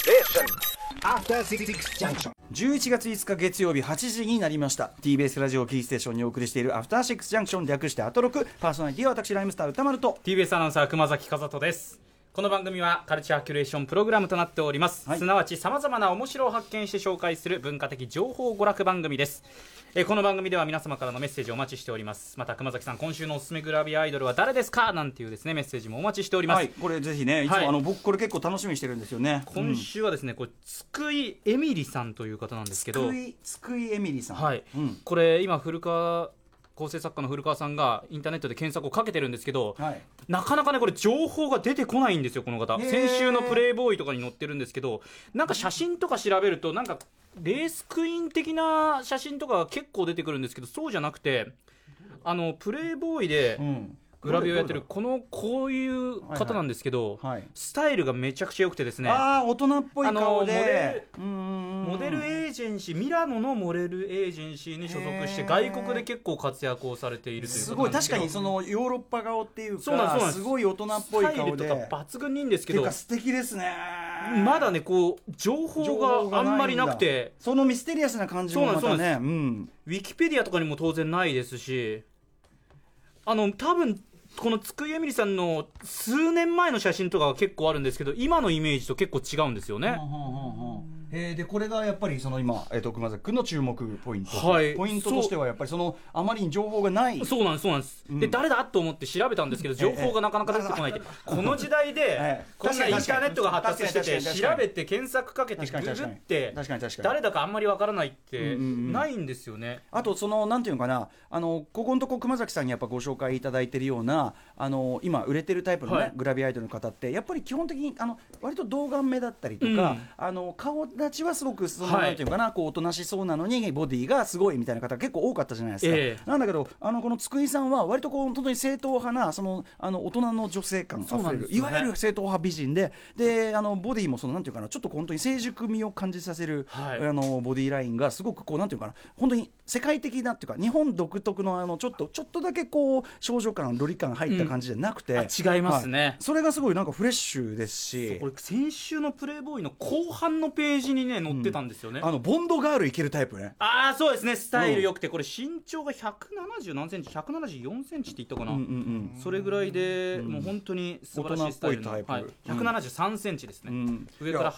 After Six Junction。 11月5日月曜日8時になりました。 TBS ラジオキーステーションにお送りしているアフターシックスジャンクション、略してアトロク。パーソナリティは私ライムスター歌丸と TBS アナウンサー熊崎和人です。この番組はカルチャーキュレーションプログラムとなっております、 はい、 すなわち様々な面白を発見して紹介する文化的情報娯楽番組です。この番組では皆様からのメッセージをお待ちしております。また熊崎さん、今週のおすすめグラビアアイドルは誰ですかなんていうですねメッセージもお待ちしております。 はい、これぜひね、いつも、 はい、 僕これ結構楽しみにしてるんですよね。 今週はですね、これ津久井エミリさんという方なんですけど、 津久井エミリさん、 はい、これ今古川構成作家の古川さんがインターネットで検索をかけてるんですけど、はい、なかなかねこれ情報が出てこないんですよ。この方先週のプレイボーイとかに載ってるんですけど、なんか写真とか調べるとなんかレースクイーン的な写真とかが結構出てくるんですけど、そうじゃなくてプレイボーイでグラビアをやってるこういう方なんですけど、はいはい、スタイルがめちゃくちゃ良くてですね、 大人っぽい顔でモデルエージェンシー、ミラノのモデルエージェンシーに所属して外国で結構活躍をされているというすごい、確かにそのヨーロッパ顔っていうか、そうなんです、すごい大人っぽい顔でスタイルとか抜群にいいんですけど、 てか素敵ですね。 まだねこう情報があんまりなくて、 そのミステリアスな感じもまたね、 ウィキペディアとかにも当然ないですし、多分この津久井エミリさんの数年前の写真とかが結構あるんですけど、今のイメージと結構違うんですよね。 でこれがやっぱりその今、熊崎君の注目ポイント、 はい、 ポイントとしてはやっぱりそのあまりに情報がない。 そうなんですそうなんです、で誰だと思って調べたんですけど情報がなかなか出てこないって、この時代でこんなインターネットが発達してて調べて検索かけてググって誰だかあんまりわからないってないんですよね。 あとそのなんていうのかな、ここのとこ熊崎さんにやっぱご紹介いただいてるような今売れてるタイプのね、はい、グラビアアイドルの方ってやっぱり基本的に割と童顔目だったりとか、顔立ちはすごくその、なんていうかな、こうおとなしそうなのにボディがすごいみたいな方が結構多かったじゃないですか、なんだけどこの津久井さんは割とこう本当に正統派なその大人の女性感あふれる、いわゆる正統派美人でボディもそのなんていうかな、ちょっと本当に成熟味を感じさせる、はい、ボディラインがすごくこうなんていうかな、本当に世界的なっていうか日本独特のちょっとだけこう少女感ロリ感入った感じじゃなくて、 違いますね、 はい、それがすごいなんかフレッシュですし、 これ先週のプレイボーイの後半のページにね載ってたんですよね、 ボンドガールいけるタイプね。 そうですね、スタイル良くて、これ身長が170何センチ、174センチって言ったかな、それぐらいで、もう本当に素晴らしいスタイルの、はい、173センチですね、上から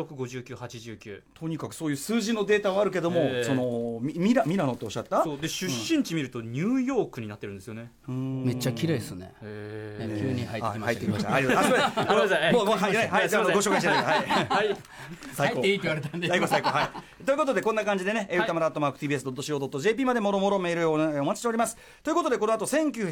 86、59、89、 とにかくそういう数字のデータはあるけども、そのミラノっておっしゃった。 そうで出身地見るとニューヨークになってるんですよね。 めっちゃ綺麗ですね。急に入ってきました。 ごめんなさい。もうはい、ご紹介してない。はい。 入っていいって言われたんで。 最高。はい。ということでこんな感じでね、歌丸@tbs.co.jp までもろもろメールをお待ちしております。ということでこの後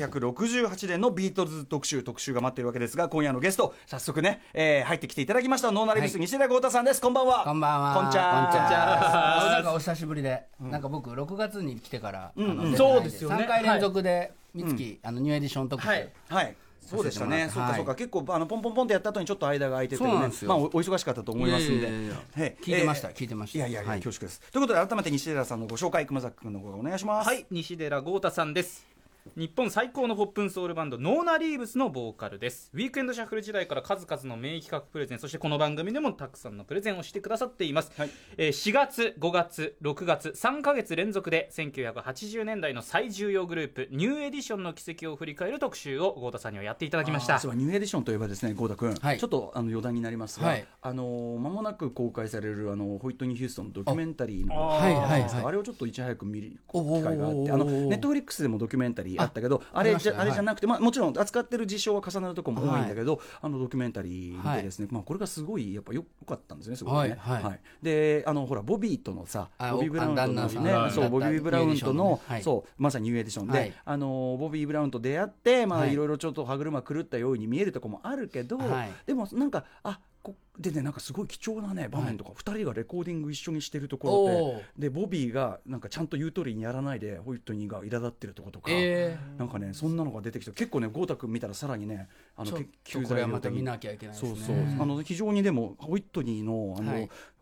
1968年のビートルズ特集が待っているわけですが、今夜のゲスト早速ね、入ってきていただきました。ノーナリブス西田豪太さんです。こんばんは。 こんばんは。 こんちゃなんかお久しぶりで、なんか僕6月に来てからそうですよね。 3回連続で三月ニューエディション特集。 はい。そうでしたね。そうか結構ポンポンってやった後にちょっと間が空いててね、お忙しかったと思いますんで、 聞いてました。 いや恐縮です。ということで改めて西寺さんのご紹介、熊崎君の方お願いします。 はい、西寺豪太さんです。日本最高のポップンソウルバンドノーナリーブスのボーカルです。ウィークエンドシャッフル時代から数々の名企画プレゼン、そしてこの番組でもたくさんのプレゼンをしてくださっています、はい。4月、5月、6月3ヶ月連続で1980年代の最重要グループニューエディションの軌跡を振り返る特集を豪太さんにはやっていただきました。 そう、ニューエディションといえばですね、豪太君、はい、ちょっと余談になりますが、はい、間もなく公開されるホイットニー・ヒューストンのドキュメンタリーのあれをちょっといち早く見る機会があって、ネットフリックスでもドキュメンタリーあったけど、あれじゃなくて、もちろん扱ってる事象は重なるところも多いんだけど、ドキュメンタリーでですね、これがすごいやっぱ良かったんですね、すごいね。でほらボビーとのさ、ボビー・ブラウンとのね、そうボビー・ブラウンとのそうまさにニューエディションで、ボビー・ブラウンと出会って、いろいろちょっと歯車狂ったように見えるところもあるけど、でもなんかでね、なんかすごい貴重なね場面とか、2人がレコーディング一緒にしてるところでボビーがなんかちゃんと言う通りにやらないでホイットニーが苛立ってるとことか、なんかねそんなのが出てきて、結構ね豪太君見たらさらにねこれはまた見なきゃいけないですね。 そう非常にでもホイットニーの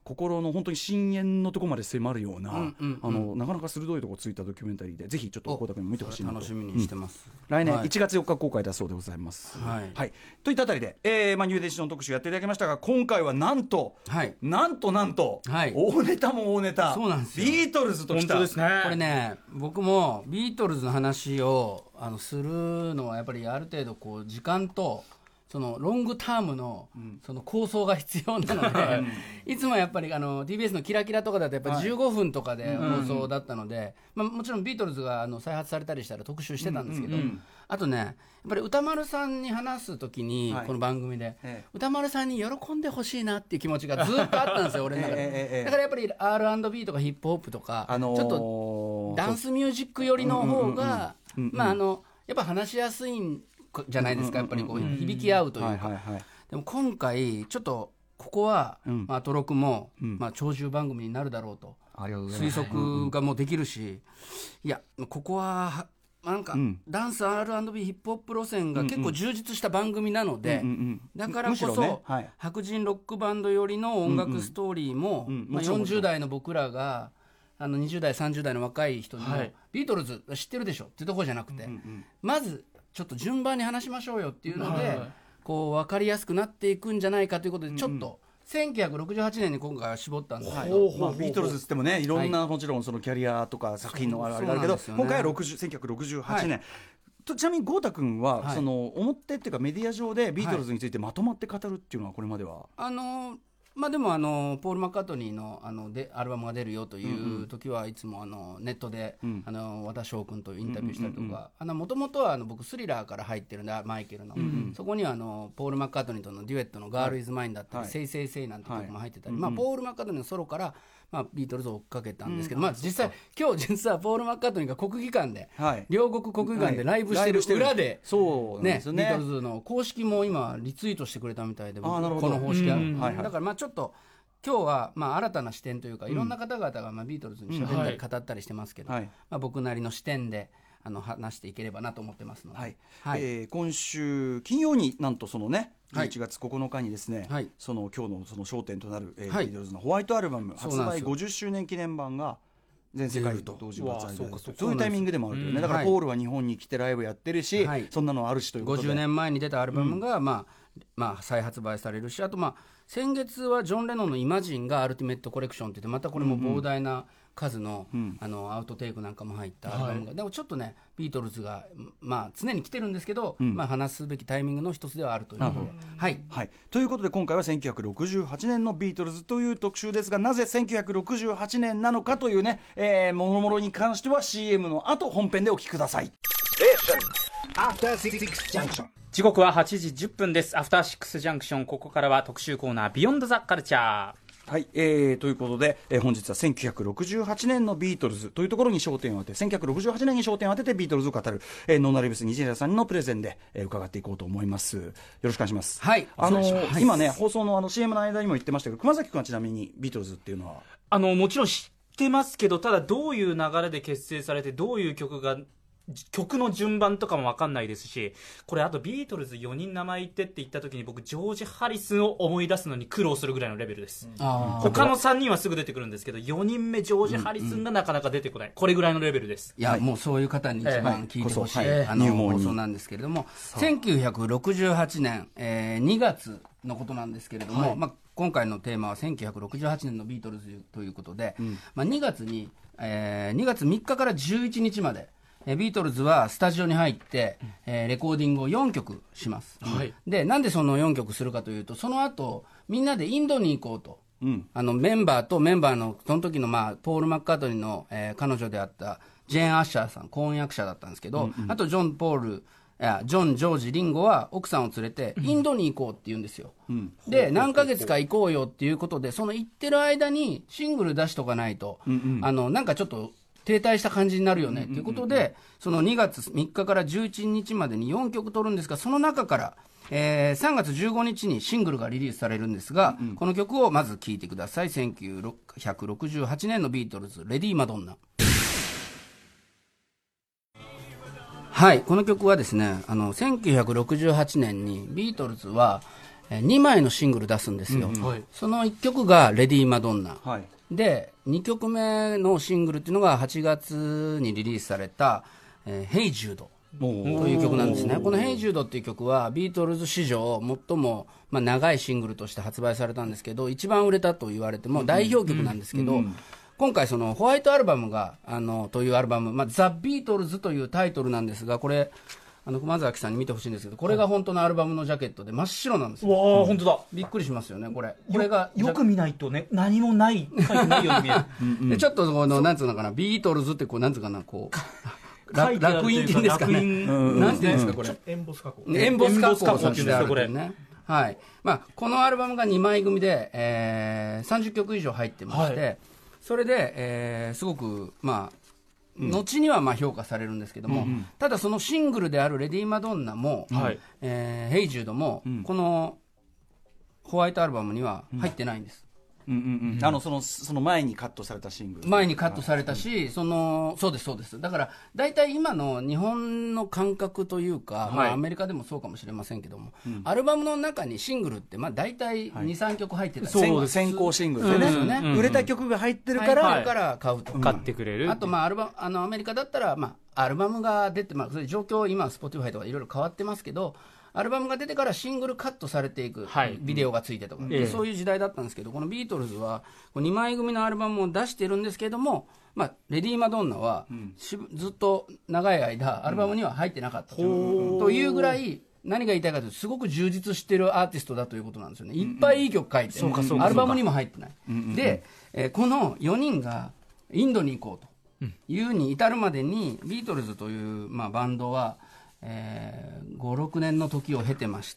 心の本当に深淵のところまで迫るような、なかなか鋭いところついたドキュメンタリーで、ぜひちょっと倖田君も見てほしいなと。 楽しみにしてます。 来年1月4日公開だそうでございます。はい。といったあたりで、ニューエディション特集やっていただきましたが、今回はなんと、なんと、大ネタも大ネタ。 そうなんですよ。 ビートルズときた。 本当ですね。 これね、僕もビートルズの話をするのはやっぱりある程度こう時間とそのロングタームのその構想が必要なので、いつもやっぱりTBS のキラキラとかだとやっぱり15分とかで放送だったので、もちろんビートルズが再発されたりしたら特集してたんですけど、あとねやっぱり歌丸さんに話すときにこの番組で歌丸さんに喜んでほしいなっていう気持ちがずっとあったんですよ俺の中で。だからやっぱり R&B とかヒップホップとかちょっとダンスミュージック寄りの方がやっぱ話しやすいんじゃないですか、やっぱりこう響き合うというか。でも今回ちょっとここはアトロクも長寿番組になるだろうと推測がもうできるし、いやここはなんかダンス R&B ヒップホップ路線が結構充実した番組なので、だからこそ白人ロックバンド寄りの音楽ストーリーも40代の僕らが20代30代の若い人にもビートルズ知ってるでしょっていうところじゃなくて、まずちょっと順番に話しましょうよっていうので、こう分かりやすくなっていくんじゃないかということで、ちょっと1968年に今回は絞ったんですけど、 ビートルズっつってもね、いろんなもちろんそのキャリアとか作品のあれがあるけど、今回は1968年。ちなみに豪太君はその表っていうかメディア上でビートルズについてまとまって語るっていうのはこれまではでもポール・マッカートニーのアルバムが出るよという時はいつもネットで和田翔君とインタビューしたりとか、もともとは僕スリラーから入ってるんでマイケルの、そこにはポール・マッカートニーとのデュエットのガール・イズ・マインだったり、セイセイセイなんて曲も入ってたり、ポール・マッカートニーのソロからビートルズを追っかけたんですけど、実際今日実はポール・マッカートニーが国技館で、両国国技館でライブしてる裏で、ビートルズの公式も今リツイートしてくれたみたいで、この方式だからちょっと今日は新たな視点というか、いろんな方々がビートルズに喋ったり語ったりしてますけど、僕なりの視点で話していければなと思ってますので、 今週金曜になんとそのね11月9日にですね、その今日のその焦点となるビートルズのホワイトアルバム発売50周年記念版が全世界と同時に発売される、そういうタイミングでもあるというね。だからポールは日本に来てライブやってるし、そんなのあるしということで、 50年前に出たアルバムが再発売されるし、あと先月はジョン・レノンのイマジンがアルティメットコレクションっていって、またこれも膨大な数のアウトテイクなんかも入ったアルバムが、でもちょっとねビートルズが常に来てるんですけど、話すべきタイミングの一つではあるということで、 ということで今回は1968年のビートルズという特集ですが、なぜ1968年なのかというね、もろもろに関しては CM の後本編でお聞きください。 時刻は8時10分です。アフターシックスジャンクション、ここからは特集コーナービヨンドザカルチャー。 はい、ということで、本日は1968年のビートルズというところに焦点を当て、1968年に焦点を当ててビートルズを語る、ノーナリブス西平さんのプレゼンで、伺っていこうと思います。よろしくお願いします。今ね放送のCM の間にも言ってましたけど、熊崎君はちなみにビートルズっていうのはもちろん知ってますけど、ただどういう流れで結成されてどういう曲の順番とかも分かんないですし、これあとビートルズ4人名前言ってって言った時に僕ジョージ・ハリスンを思い出すのに苦労するぐらいのレベルです。他の3人はすぐ出てくるんですけど、4人目ジョージ・ハリスンがなかなか出てこない、これぐらいのレベルです。 いや、もうそういう方に一番聞いてほしい放送なんですけれども、1968年、2月のことなんですけれども、今回のテーマは1968年のビートルズということで、2月3日から11日までビートルズはスタジオに入って、レコーディングを4曲します、でなんでその4曲するかというと、その後みんなでインドに行こうと、メンバーのその時の、ポール・マッカートニーの、彼女であったジェーン・アッシャーさん、婚約者だったんですけど、あとジョン・ジョージ・リンゴは奥さんを連れてインドに行こうって言うんですよ、で何ヶ月か行こうよっていうことで、その行ってる間にシングル出しとかないと、なんかちょっと停滞した感じになるよねということで、その2月3日から11日までに4曲取るんですが、その中から、3月15日にシングルがリリースされるんですが、この曲をまず聴いてください。1968年のビートルズ、レディー・マドンナ。はい、この曲はですね、1968年にビートルズは、 2枚のシングル出すんですよ、その1曲がレディー・マドンナ、で2曲目のシングルっていうのが8月にリリースされた「ヘイ・ジュード」という曲なんですね。この「ヘイ・ジュード」っていう曲はビートルズ史上最も長いシングルとして発売されたんですけど、一番売れたと言われても代表曲なんですけど、今回そのホワイトアルバムがというアルバム、ザ・ビートルズというタイトルなんですが、これ熊崎さんに見てほしいんですけど、これが本当のアルバムのジャケットで真っ白なんですよ。 わあ、本当だ。 びっくりしますよね。これがよく見ないとね、何もない書いてないように見えるでちょっとなんつうのかな、ビートルズってなんつうかな、烙印っていうんですかね、なんていうんですか、これエンボス加工、 エンボス加工させてあるっていうね。はい。このアルバムが2枚組で、30曲以上入ってまして、それで、すごく後には評価されるんですけども、ただそのシングルであるレディー・マドンナも、ヘイ・ジュードも、このホワイトアルバムには入ってないんです。 その前にカットされたシングル、 前にカットされたし、そうですそうです。だから大体今の日本の感覚というか、アメリカでもそうかもしれませんけども、アルバムの中にシングルって大体 2,3 曲入ってたり、 先行シングルでね、売れた曲が入ってるから買うと、 買ってくれる。 あとアメリカだったらアルバムが出て、そういう状況、今 Spotify とかいろいろ変わってますけど、アルバムが出てからシングルカットされていく、ビデオがついてとか、そういう時代だったんですけど、このビートルズは2枚組のアルバムを出してるんですけれども、レディー・マドンナは、ずっと長い間アルバムには入ってなかったというぐらい、何が言いたいかというと、すごく充実してるアーティストだということなんですよね。いっぱいいい曲書いて、アルバムにも入ってない。で、この4人がインドに行こうというに至るまでに、ビートルズというバンドは5、6年の時を経てまして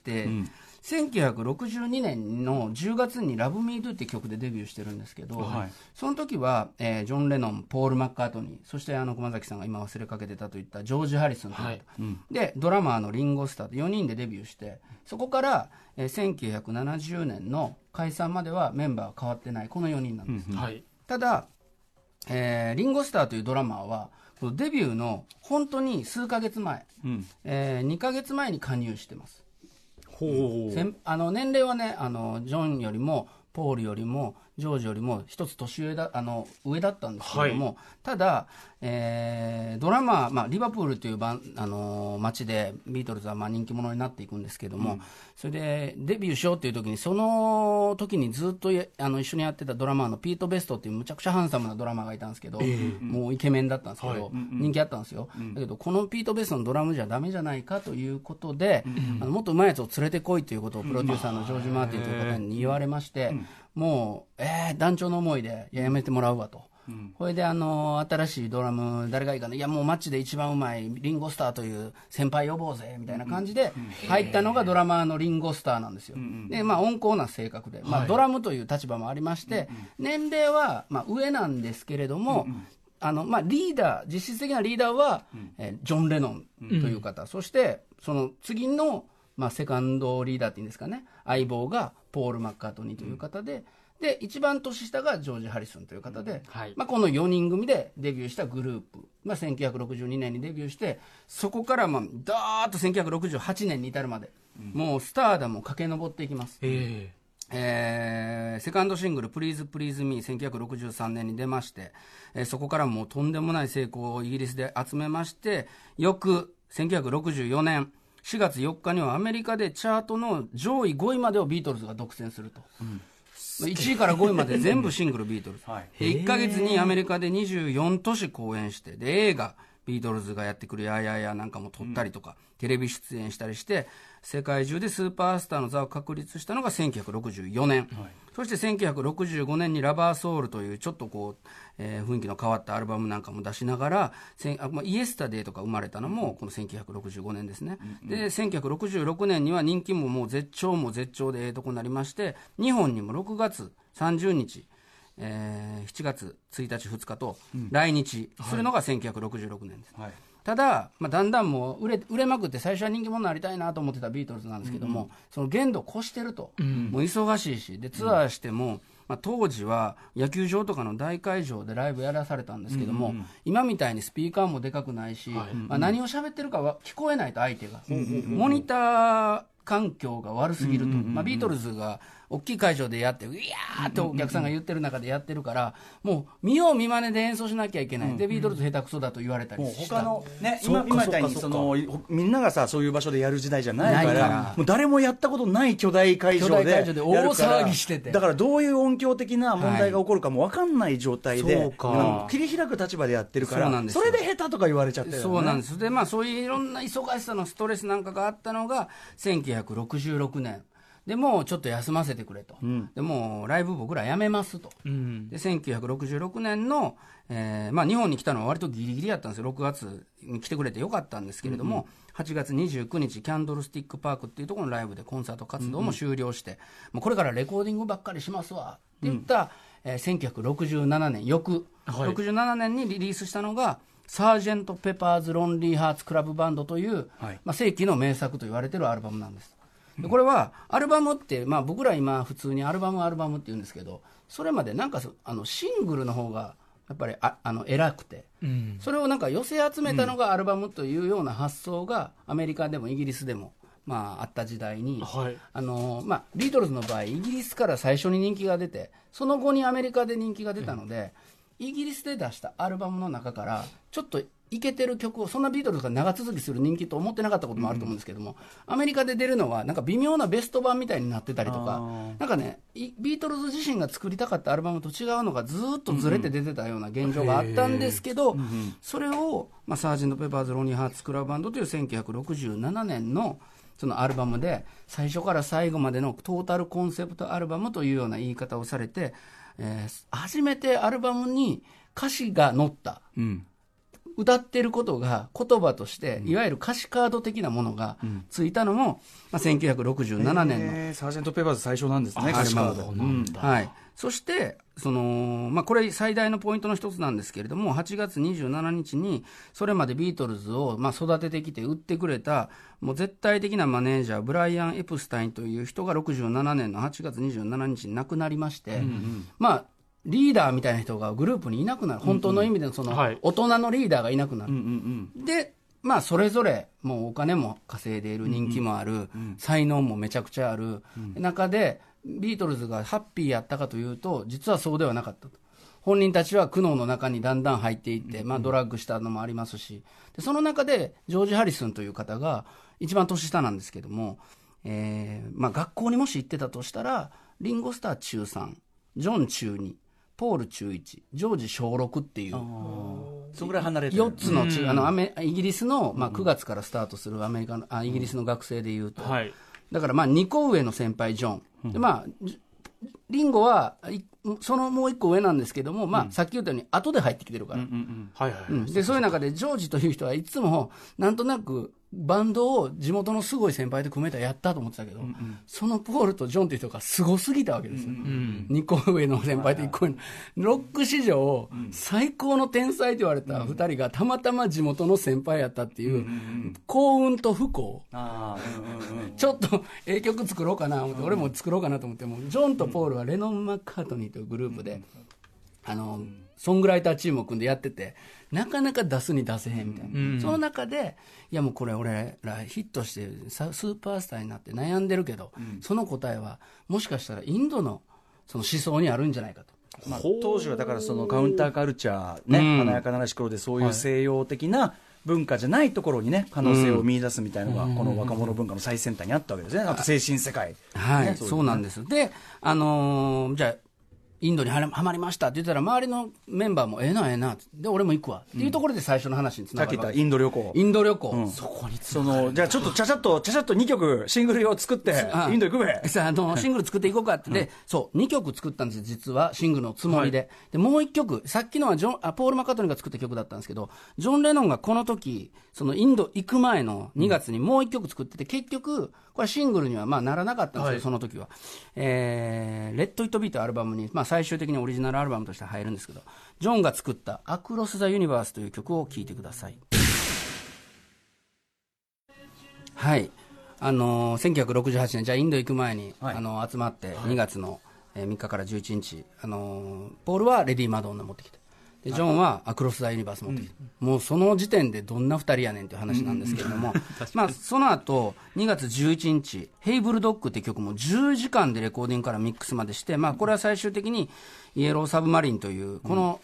、1962年の10月にラブミードゥって曲でデビューしてるんですけど、その時は、ジョン・レノン、ポール・マッカートニー、そして熊崎さんが今忘れかけてたといったジョージ・ハリスンといった、でドラマーのリンゴ・スターと4人でデビューして、そこから、1970年の解散まではメンバーは変わってないこの4人なんです、ただ、リンゴ・スターというドラマーはデビューの本当に数ヶ月前、2ヶ月前に加入してます。年齢はね、ジョンよりもポールよりもジョージよりも一つ年上だったんですけれども、ただ、ドラマー、リバプールという街でビートルズは人気者になっていくんですけども、それでデビューしようっていう時に、その時にずっと一緒にやってたドラマーのピート・ベストっていうむちゃくちゃハンサムなドラマーがいたんですけど、もうイケメンだったんですけど、人気あったんですよ。だけどこのピート・ベストのドラムじゃダメじゃないかということで、もっと上手いやつを連れてこいということをプロデューサーのジョージ・マーティンという方に言われまして、もう団長の思いでやめてもらうわと。これで新しいドラム誰がいいかな、いやもうマッチで一番うまいリンゴ・スターという先輩呼ぼうぜみたいな感じで入ったのがドラマーのリンゴ・スターなんですよ。で温厚な性格で、ドラムという立場もありまして、年齢は上なんですけれども、リーダー、実質的なリーダーは、ジョン・レノンという方、そしてその次の、セカンドリーダーっていうんですかね、相棒がポール・マッカートニーという方で、で一番年下がジョージ・ハリソンという方で、この4人組でデビューしたグループ、1962年にデビューして、そこからダーッと1968年に至るまで、もうスターダムを駆け上っていきます。セカンドシングル「Please Please Me」1963年に出まして、そこからもうとんでもない成功をイギリスで集めまして、翌1964年4月4日にはアメリカでチャートの上位5位までをビートルズが独占すると。1位から5位まで全部シングルビートルズ、1ヶ月にアメリカで24都市公演して、で映画ビートルズがやってくるやややなんかも撮ったりとか、テレビ出演したりして世界中でスーパースターの座を確立したのが1964年、そして1965年にラバーソウルというちょっと雰囲気の変わったアルバムなんかも出しながら、イエスタデーとか生まれたのもこの1965年ですね。で1966年には人気ももう絶頂も絶頂でとこになりまして、日本にも6月30日7月1日2日と来日するのが1966年です、ただ、だんだんもう売れまくって、最初は人気者になりたいなと思ってたビートルズなんですけども、その限度を越してると、もう忙しいし、でツアーしても、当時は野球場とかの大会場でライブやらされたんですけども、今みたいにスピーカーもでかくないし、何を喋ってるかは聞こえないと、相手が、モニター環境が悪すぎると、ビートルズが大きい会場でやってうやーってお客さんが言ってる中でやってるから、もう見よう見まねで演奏しなきゃいけない、でビートルズ下手くそだと言われたりした。 他のね、今みたいにみんながさそういう場所でやる時代じゃないから、もう誰もやったことない巨大会場で大騒ぎしてて、 だからどういう音響的な問題が起こるかも分かんない状態で、切り開く立場でやってるから、それで下手とか言われちゃってるよね。 そうなんです。でそういういろんな忙しさのストレスなんかがあったのが1966年でもうちょっと休ませてくれと、でもうライブ僕らやめますと、で1966年の、日本に来たのは割とギリギリやったんですよ。6月に来てくれてよかったんですけれども、8月29日キャンドルスティックパークっていうところのライブでコンサート活動も終了して、もうこれからレコーディングばっかりしますわって言った、1967年翌、67年にリリースしたのがサージェント・ペパーズ・ロンリー・ハーツ・クラブ・バンドという、世紀の名作と言われているアルバムなんです。でこれはアルバムって、僕ら今普通にアルバムって言うんですけど、それまでなんかシングルの方がやっぱり偉くて、それをなんか寄せ集めたのがアルバムというような発想がアメリカでもイギリスでもあった時代に、ビートルズの場合イギリスから最初に人気が出て、その後にアメリカで人気が出たので、イギリスで出したアルバムの中からちょっとイケてる曲を、そんなビートルズが長続きする人気と思ってなかったこともあると思うんですけども、アメリカで出るのはなんか微妙なベスト版みたいになってたりとか、なんかねビートルズ自身が作りたかったアルバムと違うのがずっとずれて出てたような現状があったんですけど、それを、サージェント・ペパーズ・ロニー・ハーツ・クラブ・バンドという1967年のそのアルバムで最初から最後までのトータルコンセプトアルバムというような言い方をされて、初めてアルバムに歌詞が載った、歌ってることが言葉として、いわゆる歌詞カード的なものがついたのも、1967年のサージェント・ペパーズ最初なんですね、歌詞カード。 はい。そしてこれ最大のポイントの一つなんですけれども、8月27日にそれまでビートルズを育ててきて売ってくれたもう絶対的なマネージャーブライアン・エプスタインという人が67年の8月27日に亡くなりまして、リーダーみたいな人がグループにいなくなる、本当の意味での大人のリーダーがいなくなる、でそれぞれもうお金も稼いでいる、人気もある、才能もめちゃくちゃある、中でビートルズがハッピーやったかというと実はそうではなかったと。本人たちは苦悩の中にだんだん入っていって、ドラッグしたのもありますし、でその中でジョージ・ハリスンという方が一番年下なんですけども、学校にもし行ってたとしたらリンゴ・スター中3、ジョン中2、ポール中1、ジョージ小6っていう、 それぐらい離れてる 4つのイギリスの、9月からスタートするイギリスの学生でいうと、だから2個上の先輩ジョンで、リンゴはそのもう1個上なんですけども、さっき言ったように後で入ってきてるから、でそういう中でジョージという人はいつもなんとなくバンドを地元のすごい先輩と組めたらやったと思ってたけど、そのポールとジョンという人がすごすぎたわけですよ、2個上の先輩と1個上のロック史上最高の天才と言われた2人がたまたま地元の先輩やったっていう、幸運と不幸、ちょっと曲作ろうかな思って、俺も作ろうかなと思っても、ジョンとポールはレノン・マッカートニーというグループでソングライターチームを組んでやってて、なかなか出すに出せへんみたいな、その中でいやもうこれ俺らヒットしてスーパースターになって悩んでるけど、その答えはもしかしたらインドのその思想にあるんじゃないかと。 当時はだからそのカウンターカルチャー、華やかならし頃でそういう西洋的な文化じゃないところにね可能性を見出すみたいなのが、この若者文化の最先端にあったわけですね。あと精神世界、 そうなんです。でじゃあインドにはまりましたって言ったら、周りのメンバーもええなで俺も行くわっていうところで最初の話につながる、 さっき言ったインド旅行、 そこにつながる。 じゃあちょっとちゃちゃっと2曲シングルを作ってインド行くべシングル作っていこうかってで、そう2曲作ったんです、実はシングルのつもりで、でもう1曲、さっきのはポール・マッカートニーが作った曲だったんですけど、ジョン・レノンがこの時そのインド行く前の2月にもう1曲作ってて、結局これシングルにはならなかったんですよ、その時は。レッド・イット・ビートアルバムに、最終的にオリジナルアルバムとして入るんですけど、ジョンが作ったアクロス・ザ・ユニバースという曲を聴いてください。はい、1968年、じゃあインド行く前に、集まって2月の3日から11日、ポールはレディー・マドンナ持ってきて、 でジョンはアクロス・ザ・ユニバース持ってきて、もうその時点でどんな2人やねんっていう話なんですけれども、まあ、その後2月11日ヘイブルドッグって曲も10時間でレコーディングからミックスまでして、まあ、これは最終的にイエローサブマリンというこの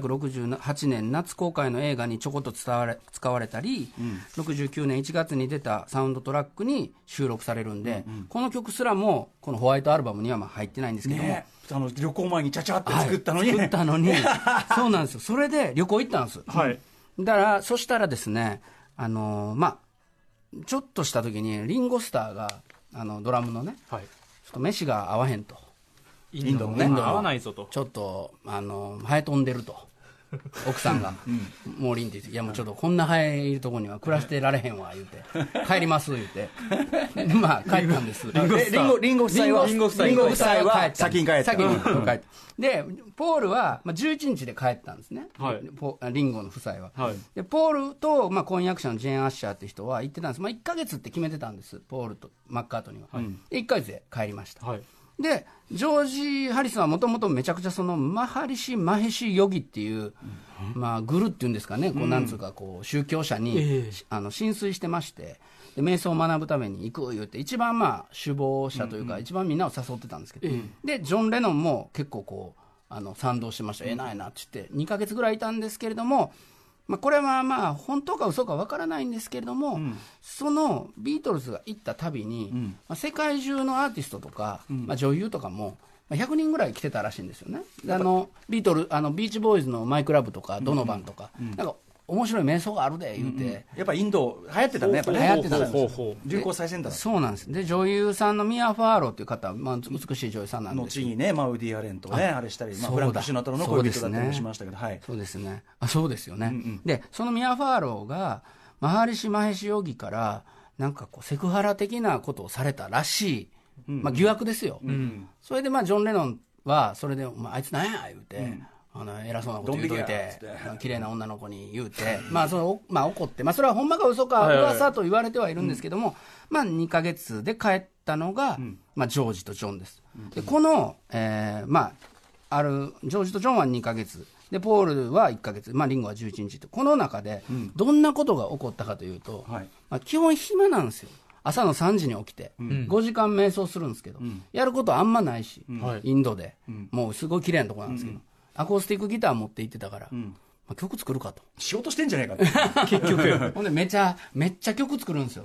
1968年夏公開の映画にちょこっと使われたり、69年1月に出たサウンドトラックに収録されるんで、この曲すらもこのホワイトアルバムにはまあ入ってないんですけども、 ね、旅行前にちゃちゃって作ったのに、 作ったのにそうなんですよ。それで旅行行ったんです、 はい、 だからそしたらですね、まあちょっとした時にリンゴスターがドラムのね、はい、ちょっと飯が合わへんと、 インドのね、合わないぞと、 ちょっとハエ飛んでると奥さんが、もうリンって言って、いやもうちょっとこんなハエいるとこには暮らしてられへんわ言うて帰ります言うてまあ帰ったんです。 リンゴ夫妻は先に帰った。 でポールは、まあ、11日で帰ったんですね、はい、リンゴの夫妻は、はい、でポールと、まあ、婚約者のジェーン・アッシャーって人は行ってたんです、まあ、1ヶ月って決めてたんです、ポールとマッカートニーは、はい、で1ヶ月で帰りました、はい、でジョージ・ハリスンはもともとめちゃくちゃそのマハリシ・マヘシ・ヨギっていう、まあ、グルっていうんですかね、こうなんつうかこう宗教者に、浸水してまして、で瞑想を学ぶために行く言うて一番まあ首謀者というか、一番みんなを誘ってたんですけど、でジョン・レノンも結構こう賛同してました、ないなって言って2ヶ月ぐらいいたんですけれども、まあ、これはまあ本当か嘘かわからないんですけれども、そのビートルズが行った旅に、まあ、世界中のアーティストとか、まあ、女優とかも100人ぐらい来てたらしいんですよね。ビーチボーイズのマイクラブとかドノバンとか、なんか面白い瞑想があるで言うて、 やっぱインド流行ってたね、やっぱね、 流行ってたんです、流行最先端。 そうなんです。で女優さんのミア・ファーローっていう方は、まあ、美しい女優さんなんですけど、 後にね、マウディ・アレンとね、あれしたり、まあ、フランク・シナトラの恋人だったりもしましたけど、はい、 そうですね、そうですよね、でそのミア・ファーローがマハリシ・マヘシ容疑からなんかこうセクハラ的なことをされたらしい、まあ、疑惑ですよ、それでまあジョン・レノンはそれで、あいつなんや言うて、偉そうなこと言うといて、綺麗な女の子に言うて、まあ怒って、まあ、それはほんまか嘘か噂と言われてはいるんですけども、まあ、2ヶ月で帰ったのが、まあ、ジョージとジョンです。でこの、まあ、ジョージとジョンは2ヶ月で、ポールは1ヶ月、まあ、リンゴは11日と、この中でどんなことが起こったかというと、まあ、基本暇なんですよ。朝の3時に起きて、5時間瞑想するんですけど、やることあんまないし、インドで、もうすごい綺麗なとこなんですけど、アコースティックギター持って行ってたから、まあ、曲作るかと。 仕事してんじゃないかって結局ほんでめっちゃ曲作るんですよ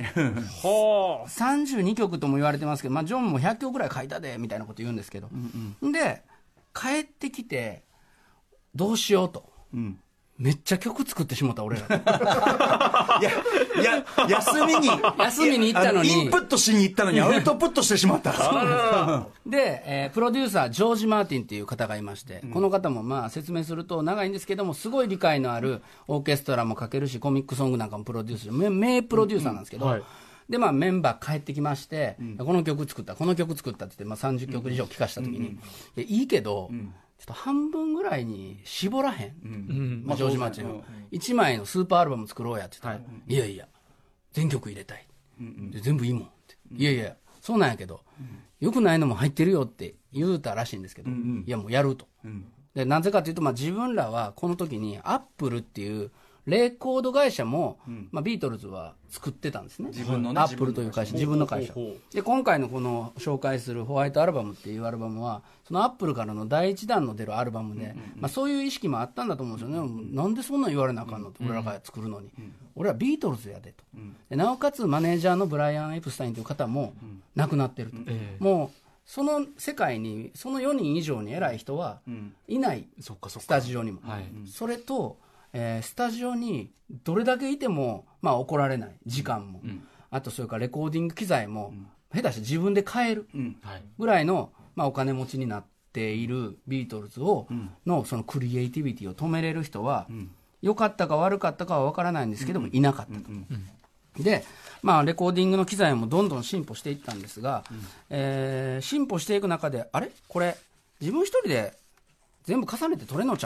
32曲とも言われてますけど、まあ、ジョンも100曲ぐらい書いたでみたいなこと言うんですけど、で帰ってきてどうしようと、めっちゃ曲作ってしまった俺らいや休みに行ったのにインプットしに行ったのにアウトプットしてしまったで、プロデューサージョージ・マーティンっていう方がいまして、この方もまあ説明すると長いんですけども、すごい理解のあるオーケストラも書けるしコミックソングなんかもプロデュースする名プロデューサーなんですけど、でまあ、メンバー帰ってきまして、この曲作ったって言って、まあ、30曲以上聴かしたときに、いいけど、ちょっと半分ぐらいに絞らへん、まあ、ジョージ・マーチンの1枚のスーパーアルバム作ろうやって言ったら、いやいや全曲入れたい、で全部いいもんって、いやいやそうなんやけど、よくないのも入ってるよって言うたらしいんですけど、いやもうやると、でなぜかというと、まあ、自分らはこの時にアップルっていうレコード会社も、まあ、ビートルズは作ってたんですね、 自分のね、 アップルという会社、自分の会社で、今回のこの紹介するホワイトアルバムっていうアルバムはそのアップルからの第一弾の出るアルバムで、まあ、そういう意識もあったんだと思うんですよね。なんでそんなん言われなあかんのと、俺らが作るのに、俺はビートルズやでと、でなおかつマネージャーのブライアン・エプスタインという方も亡くなってると、もうその世界にその4人以上に偉い人はいない、スタジオにも、それとスタジオにどれだけいても、まあ、怒られない時間も、あとそれからレコーディング機材も、下手して自分で買えるぐらいの、まあ、お金持ちになっているビートルズのそのクリエイティビティを止めれる人は、良かったか悪かったかは分からないんですけども、いなかったと。で、まあ、レコーディングの機材もどんどん進歩していったんですが、進歩していく中で、あれこれ自分一人で全部重ねて取れのちゃう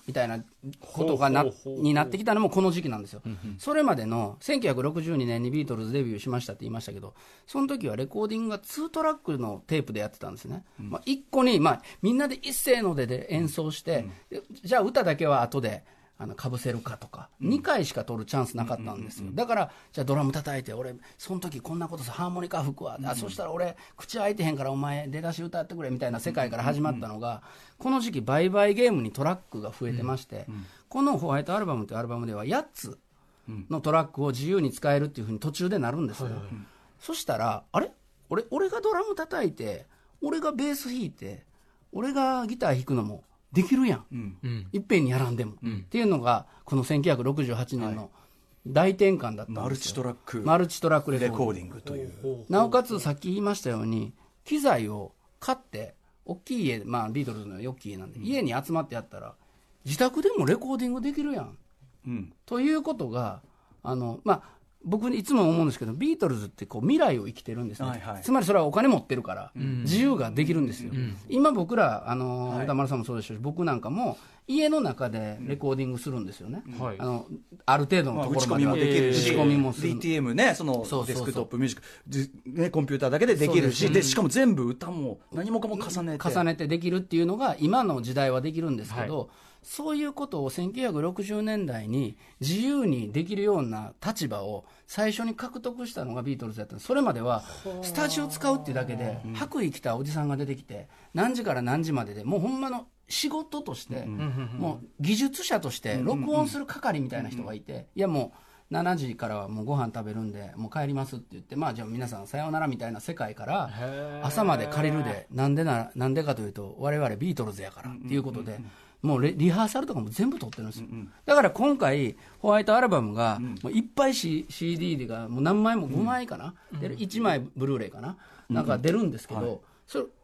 みたいなことがになってきたのもこの時期なんですよ。それまでの1962年にビートルズデビューしましたって言いましたけど、その時はレコーディングが2トラックのテープでやってたんですね。1個に、みんなで一斉の出で演奏して、じゃあ歌だけは後でかぶせるかとか、2回しか取るチャンスなかったんですよ。だからじゃあドラム叩いて、俺その時こんなことさ、ハーモニカ吹くわ、そしたら俺口開いてへんからお前出だし歌ってくれみたいな世界から始まったのが、この時期バイバイゲームにトラックが増えてまして、このホワイトアルバムというアルバムでは8つのトラックを自由に使えるっていうふうに途中でなるんですよ。そしたらあれ、俺がドラム叩いて、俺がベース弾いて、俺がギター弾くのもできるやん、いっぺんにやらんでも、っていうのがこの1968年の大転換だったんですよ。マルチトラックレコーディングという。なおかつさっき言いましたように、機材を買って大きい家、ビートルズの大きい家なんで、家に集まってやったら自宅でもレコーディングできるやん、ということが僕いつも思うんですけど、ビートルズってこう未来を生きてるんですね、つまりそれはお金持ってるから自由ができるんですよ、今僕ら歌丸さんもそうでしょうし、僕なんかも家の中でレコーディングするんですよね、ある程度のところまではできるし、 打ち込みもする DTM ね、そのデスクトップミュージックコンピューターだけでできるし、でしかも全部歌も何もかも重ねてできるっていうのが今の時代はできるんですけど、そういうことを1960年代に自由にできるような立場を最初に獲得したのがビートルズだったんです。それまではスタジオ使うっていうだけで白衣着たおじさんが出てきて、何時から何時まででもうほんまの仕事として、もう技術者として録音する係みたいな人がいて、いやもう7時からはもうご飯食べるんでもう帰りますって言って、じゃあ皆さんさようならみたいな世界から朝まで借りるで、なんでかというと我々ビートルズやからっていうことで、もうリハーサルとかも全部撮ってるんですよ、だから今回ホワイトアルバムがもういっぱい、CD がもう何枚も5枚かな、1枚ブルーレイかな、なんか出るんですけど、それ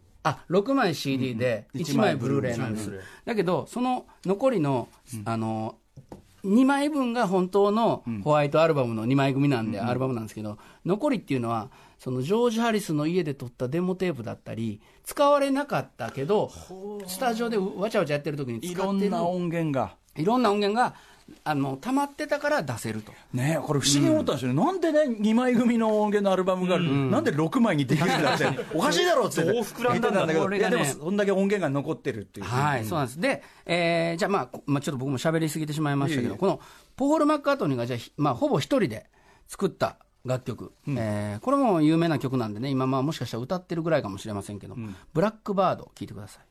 6枚 CD で1枚ブルーレイなんです、だけどその残りの、2枚分が本当のホワイトアルバムの2枚組なんで、アルバムなんですけど、残りっていうのはそのジョージ・ハリスの家で撮ったデモテープだったり、使われなかったけどスタジオでわちゃわちゃやってる時に使ってるいろんな音源が溜まってたから出せるとね。これ不思議に思ったんですよね、なんでね2枚組の音源のアルバムがある、なんで6枚にできるんだっておかしいだろうって言って膨らんだんだけど、でもそんだけ音源が残ってるっていう、 そうなんです。で、じゃあちょっと僕も喋りすぎてしまいましたけど、このポール・マッカートニーがじゃあ、ほぼ一人で作った楽曲、これも有名な曲なんでね、今もしかしたら歌ってるぐらいかもしれませんけど、ブラックバード聴いてください。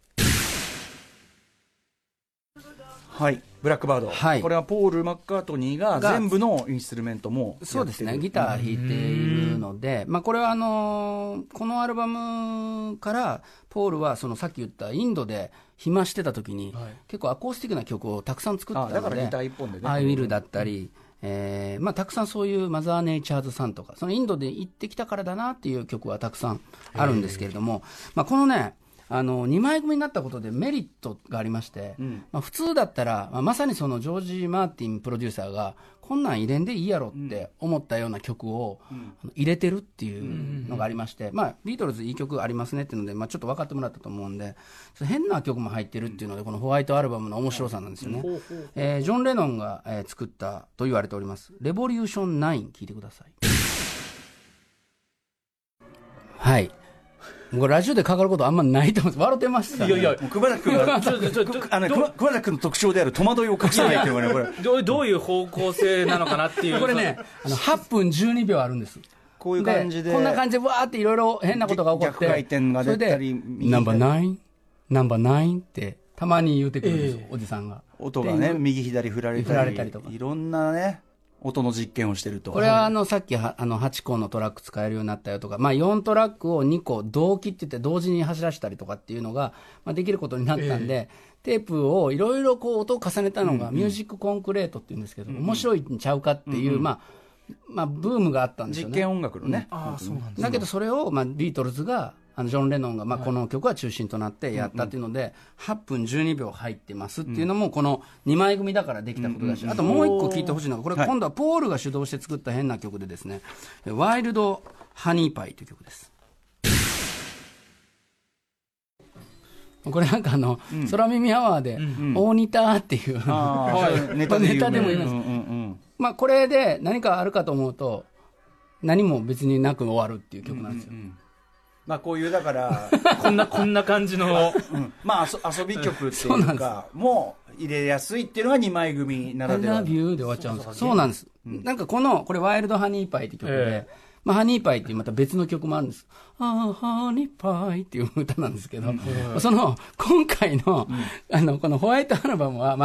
はい、ブラックバード、これはポール・マッカートニーが全部のインストゥルメントもやってる。 そうですね、ギター弾いているので、これはこのアルバムからポールはそのさっき言ったインドで暇してた時に、結構アコースティックな曲をたくさん作ったので、 だからギター一本でね、 I Will だったり、たくさんそういうマザー・ネイチャーズさんとか、そのインドで行ってきたからだなっていう曲はたくさんあるんですけれども、このね2枚組になったことでメリットがありまして、普通だったら、まさにそのジョージ・マーティンプロデューサーがこんなん入れんでいいやろって思ったような曲を入れてるっていうのがありまして、ビートルズいい曲ありますねっていうので、ちょっと分かってもらったと思うんで、変な曲も入ってるっていうので、このホワイトアルバムの面白さなんですよね。ジョン・レノンが作ったと言われておりますレボリューション9、聴いてください。はい、もうラジオでかかることあんまないと思うんです。笑ってました、ね。 いや熊崎君が熊崎君の特徴である戸惑いを隠さないっていうかね、これどういう方向性なのかなっていう。 これね、8分12秒あるんです。 こういう感じでこんな感じでわーっていろいろ変なことが起こって、 逆回転が出たり、 ナンバー9ってたまに言うてくるんですよ、おじさんが。 音がね、右左振られたりとか、いろんなね音の実験をしてると。 これはさっき8個のトラック使えるようになったよとか、4トラックを2個同期って言って同時に走らせたりとかっていうのが、できることになったんで、テープをいろいろ音を重ねたのがミュージックコンクレートっていうんですけど、面白いんちゃうかっていう、ブームがあったんですよね。 実験音楽のね。 だけどそれをビートルズがジョン・レノンがこの曲が中心となってやったっていうので、8分12秒入ってますっていうのもこの2枚組だからできたことだし、あともう1個聞いてほしいのが、これ今度はポールが主導して作った変な曲でですね、ワイルド・ハニーパイという曲です。 これなんか空耳アワーで大仁田っていうネタでも言います。これで何かあるかと思うと何も別になく終わるっていう曲なんですよ。 こういうだからこんな感じの遊び曲っていうかもう入れやすいっていうのが2枚組ならでは。 I love youで終わっちゃうんです。そうなんです。なんかこれワイルドハニーパイって曲で、ハニーパイっていうまた別の曲もあるんです。ハニーパイっていう歌なんですけど、今回のこのホワイトアルバムは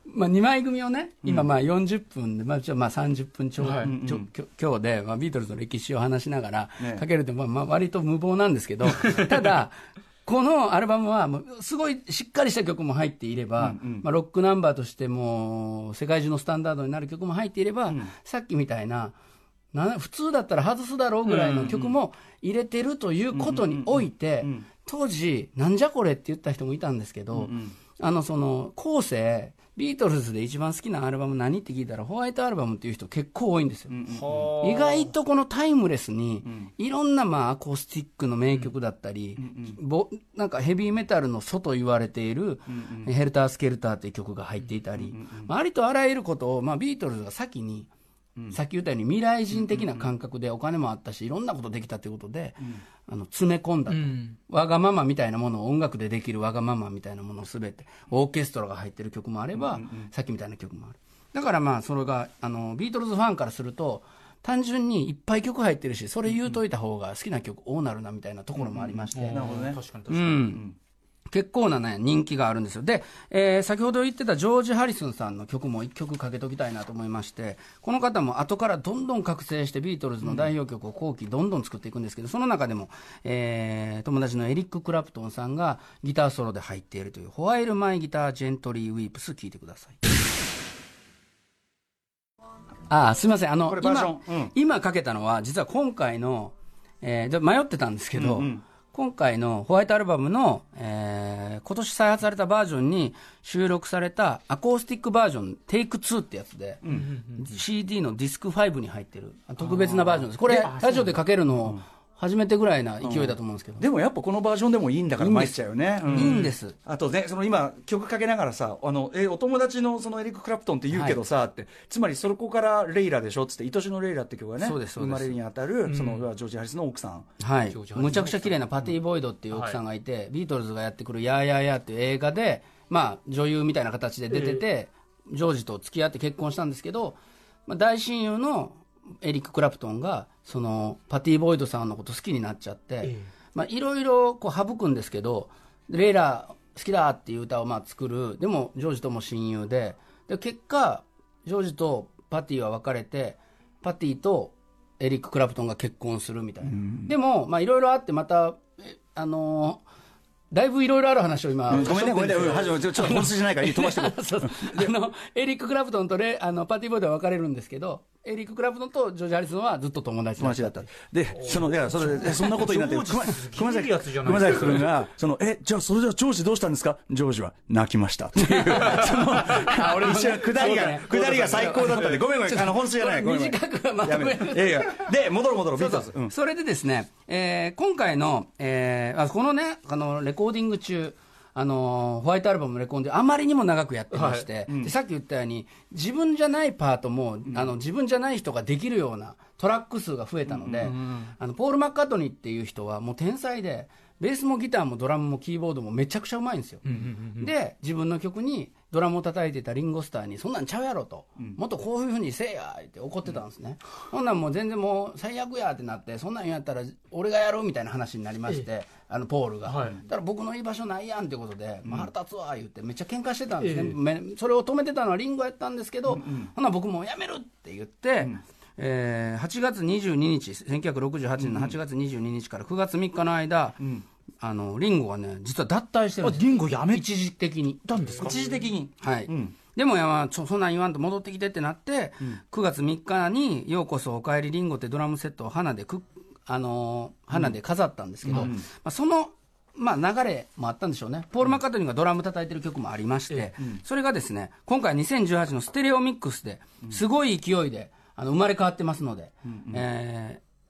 2枚組をね、今40分で、30分強で、ビートルズの歴史を話しながらかけると、割と無謀なんですけど、ただ、このアルバムはすごいしっかりした曲も入っていれば、ロックナンバーとしても世界中のスタンダードになる曲も入っていれば、さっきみたいな普通だったら外すだろうぐらいの曲も入れてるということにおいて、当時なんじゃこれって言った人もいたんですけど、後世ビートルズで一番好きなアルバム何って聞いたらホワイトアルバムっていう人結構多いんですよ。意外とこのタイムレスにいろんなアコースティックの名曲だったり、なんかヘビーメタルの祖と言われているヘルタースケルターっていう曲が入っていたり、ありとあらゆることをビートルズが先にさっき言ったように未来人的な感覚でお金もあったしいろんなことできたということで、詰め込んだと、わがままみたいなものを音楽でできるわがままみたいなものをすべてオーケストラが入ってる曲もあれば、さっきみたいな曲もある。だからそれがビートルズファンからすると単純にいっぱい曲入ってるし、それ言うといた方が好きな曲多なるなみたいなところもありまして、 なるほどね。 確かに結構な人気があるんですよ。で、先ほど言ってたジョージ・ハリスンさんの曲も一曲かけときたいなと思いまして、この方も後からどんどん覚醒してビートルズの代表曲を後期どんどん作っていくんですけど、その中でも、友達のエリック・クラプトンさんがギターソロで入っているというホワイル・マイ・ギター・ジェントリー・ウィープス聴いてください。すいません、今かけたのは実は今回の、迷ってたんですけど、今回のホワイトアルバムの、今年再発されたバージョンに収録されたアコースティックバージョンテイク2ってやつで、CD のディスク5に入ってる特別なバージョンです。これラジオでかけるの初めてぐらいな勢いだと思うんですけど、 でもやっぱこのバージョンでもいいんだから参っちゃうよね。 いいんです。 あとね、今曲かけながらさ、お友達のエリック・クラプトンって言うけどさって、つまりそこからレイラでしょっつって、愛しのレイラって曲がね、生まれるにあたるジョージ・ハリスの奥さん、 むちゃくちゃ綺麗なパティ・ボイドっていう奥さんがいて、ビートルズがやってくる「やーやーやー」っていう映画で、女優みたいな形で出てて、ジョージと付き合って結婚したんですけど、大親友のエリック・クラプトンがパティ・ボイドさんのこと好きになっちゃって、いろいろ省くんですけど、レイラ好きだっていう歌を作る。でもジョージとも親友で、結果ジョージとパティは別れて、パティとエリック・クラプトンが結婚するみたいな。でもいろいろあってまただいぶいろいろある話を今、 ごめんね、ちょっと本筋じゃないから飛ばしてエリック・クラプトンとパティ・ボイドは別れるんですけど、エリック・クラプトンとジョージ・ハリスンはずっと友達だった。 で、そんなことになって、熊崎君が、じゃあ、それじゃあ、ジョージどうしたんですか？ジョージは泣きました。っていう、一緒下りが最高だったんで、ごめん、本筋じゃない。 短くまとめる。 で、戻ろう、ビートルズ。 それでですね、今回の、このね、レコーディング中、ホワイトアルバムのレコーディングあまりにも長くやってまして、でさっき言ったように自分じゃないパートも、自分じゃない人ができるようなトラック数が増えたので、ポール・マッカートニーっていう人はもう天才で、ベースもギターもドラムもキーボードもめちゃくちゃうまいんですよ。で自分の曲にドラムを叩いてたリンゴ・スターにそんなんちゃうやろと、もっとこういう風にせえやって怒ってたんですね。そんなんもう全然もう最悪やってなって、そんなんやったら俺がやるみたいな話になりまして、ポールが、だから僕の居場所ないやんってことで、腹立つわ言ってめっちゃ喧嘩してたんですね。それを止めてたのはリンゴやったんですけど、ほな僕もうやめるって言って、8月22日1968年の8月22日から9月3日の間、リンゴがね実は脱退してるんです。 リンゴやめ一時的にたんですか？ 一時的に、はい、でもそんなん言わんと戻ってきてってなって、9月3日にようこそおかえりリンゴってドラムセットを花で飾ったんですけど、その流れもあったんでしょうね。ポール・マッカートニーがドラム叩いてる曲もありまして、それがですね今回2018のステレオミックスですごい勢いで生まれ変わってますので、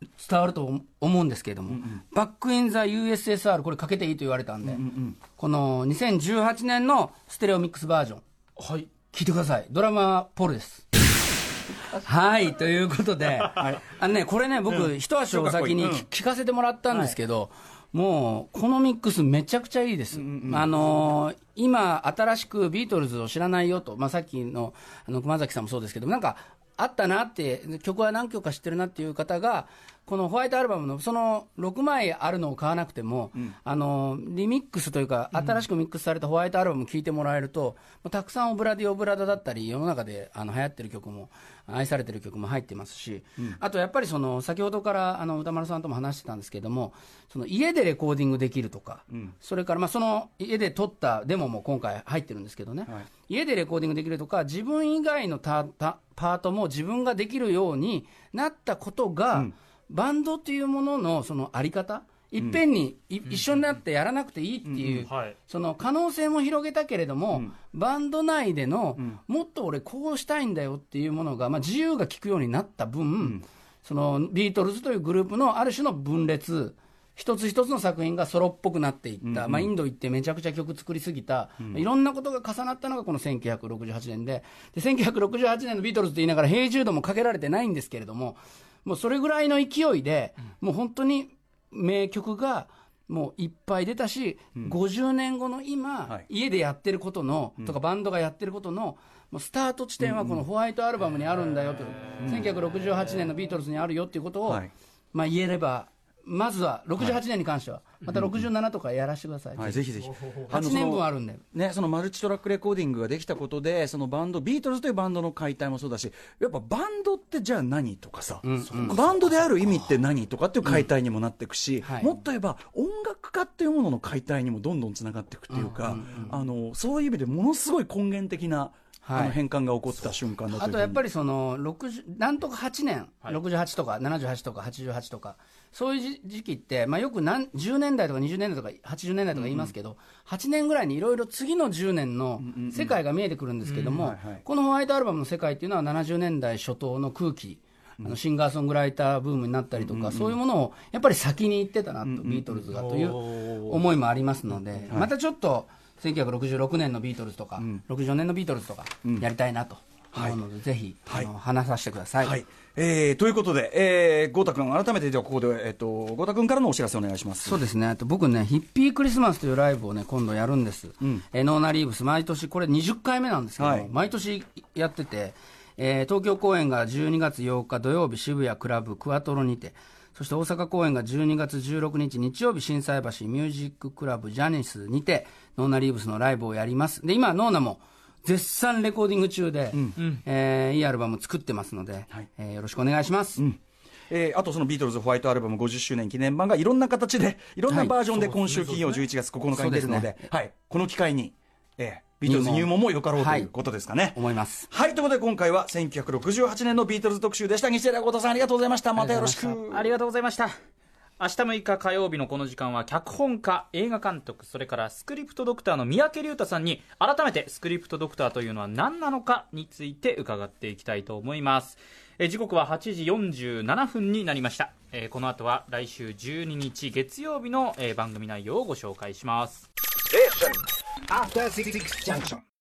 伝わると思うんですけれども、バックインザ USSR これかけていいと言われたんで、この2018年のステレオミックスバージョン、はい、聞いてください。ドラマポールです。はいということで、これね僕、一足お先に聞かせてもらったんですけど、もうこのミックスめちゃくちゃいいです。今新しくビートルズを知らないよと、さっきの熊崎さんもそうですけど、なんかあったなって、曲は何曲か知ってるなっていう方が、このホワイトアルバムのその6枚あるのを買わなくても、リミックスというか新しくミックスされたホワイトアルバム聴いてもらえると、たくさんオブラディオブラダだったり世の中で流行ってる曲も愛されてる曲も入ってますし、あとやっぱりその先ほどから歌丸さんとも話してたんですけども、その家でレコーディングできるとか、それからその家で撮ったデモも今回入ってるんですけどね、家でレコーディングできるとか、自分以外のパートも自分ができるようになったことが、バンドっていうもののそのあり方、いっぺんに一緒になってやらなくていいっていう、その可能性も広げたけれども、バンド内でのもっと俺こうしたいんだよっていうものが、自由が利くようになった分、そのビートルズというグループのある種の分裂、一つ一つの作品がソロっぽくなっていった、インド行ってめちゃくちゃ曲作りすぎた、いろんなことが重なったのがこの1968年で、1968年のビートルズって言いながら平重度もかけられてないんですけれども、もうそれぐらいの勢いで、もう本当に名曲がもういっぱい出たし、50年後の今、家でやってることの、とかバンドがやってることのもうスタート地点はこのホワイトアルバムにあるんだよと、1968年のビートルズにあるよっていうことを、言えれば、まずは68年に関しては、また67とかやらせてください。 ぜひぜひ。 8年分あるんで。 そのマルチトラックレコーディングができたことで、そのバンド、ビートルズというバンドの解体もそうだし、やっぱバンドってじゃあ何とかさ、バンドである意味って何とかっていう解体にもなっていくし、もっと言えば音楽家っていうものの解体にもどんどんつながっていくっていうか、そういう意味でものすごい根源的な変換が起こった瞬間だと。 あとやっぱりそのなんとか8年、68とか78とか88とか、そういう時期って、よく10年代とか20年代とか80年代とか言いますけど、8年ぐらいにいろいろ次の10年の世界が見えてくるんですけども、このホワイトアルバムの世界っていうのは70年代初頭の空気、シンガーソングライターブームになったりとか、そういうものをやっぱり先に行ってたなと、ビートルズがという思いもありますので、またちょっと1966年のビートルズとか、64年のビートルズとかやりたいなと思うので、ぜひ話させてください。 ということで、豪太君、改めてではここで、豪太君からのお知らせお願いします。 そうですね、僕ね、ヒッピークリスマスというライブをね、今度やるんです。ノーナリーブス、毎年、これ20回目なんですけど、毎年やってて、東京公演が12月8日土曜日、渋谷クラブクワトロにて、そして大阪公演が12月16日日曜日、心斎橋ミュージッククラブジャニスにて、ノーナリーブスのライブをやります。で、今、ノーナも絶賛レコーディング中で、いいアルバム作ってますので、よろしくお願いします。 あとそのビートルズホワイトアルバム50周年記念版がいろんな形で、いろんなバージョンで今週金曜11月9日に出るので、この機会に、ビートルズ入門もよかろうということですかね。 思います。 ということで今回は1968年のビートルズ特集でした。西寺豪太さん、ありがとうございました。またよろしく。 ありがとうございました。明日6日火曜日のこの時間は、脚本家、映画監督、それからスクリプトドクターの三宅龍太さんに、改めてスクリプトドクターというのは何なのかについて伺っていきたいと思います。時刻は8時47分になりました。この後は来週12日月曜日の番組内容をご紹介します。